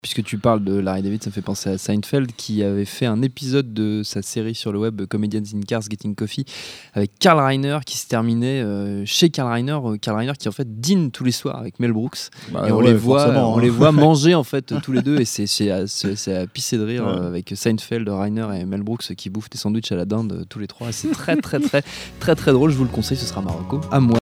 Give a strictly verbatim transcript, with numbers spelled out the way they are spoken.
Puisque tu parles de Larry David, ça me fait penser à Seinfeld qui avait fait un épisode de sa série sur le web Comedians in Cars Getting Coffee avec Carl Reiner qui se terminait euh, chez Carl Reiner, euh, Carl Reiner qui en fait dîne tous les soirs avec Mel Brooks bah, et on ouais, les voit, hein. on les voit manger en fait tous les deux et c'est, c'est, à, c'est, c'est à pisser de rire ouais. euh, avec Seinfeld, Reiner et Mel Brooks qui bouffent des sandwichs à la dinde euh, tous les trois. C'est très très très très très très drôle. Je vous le conseille, ce sera Marocco à moi.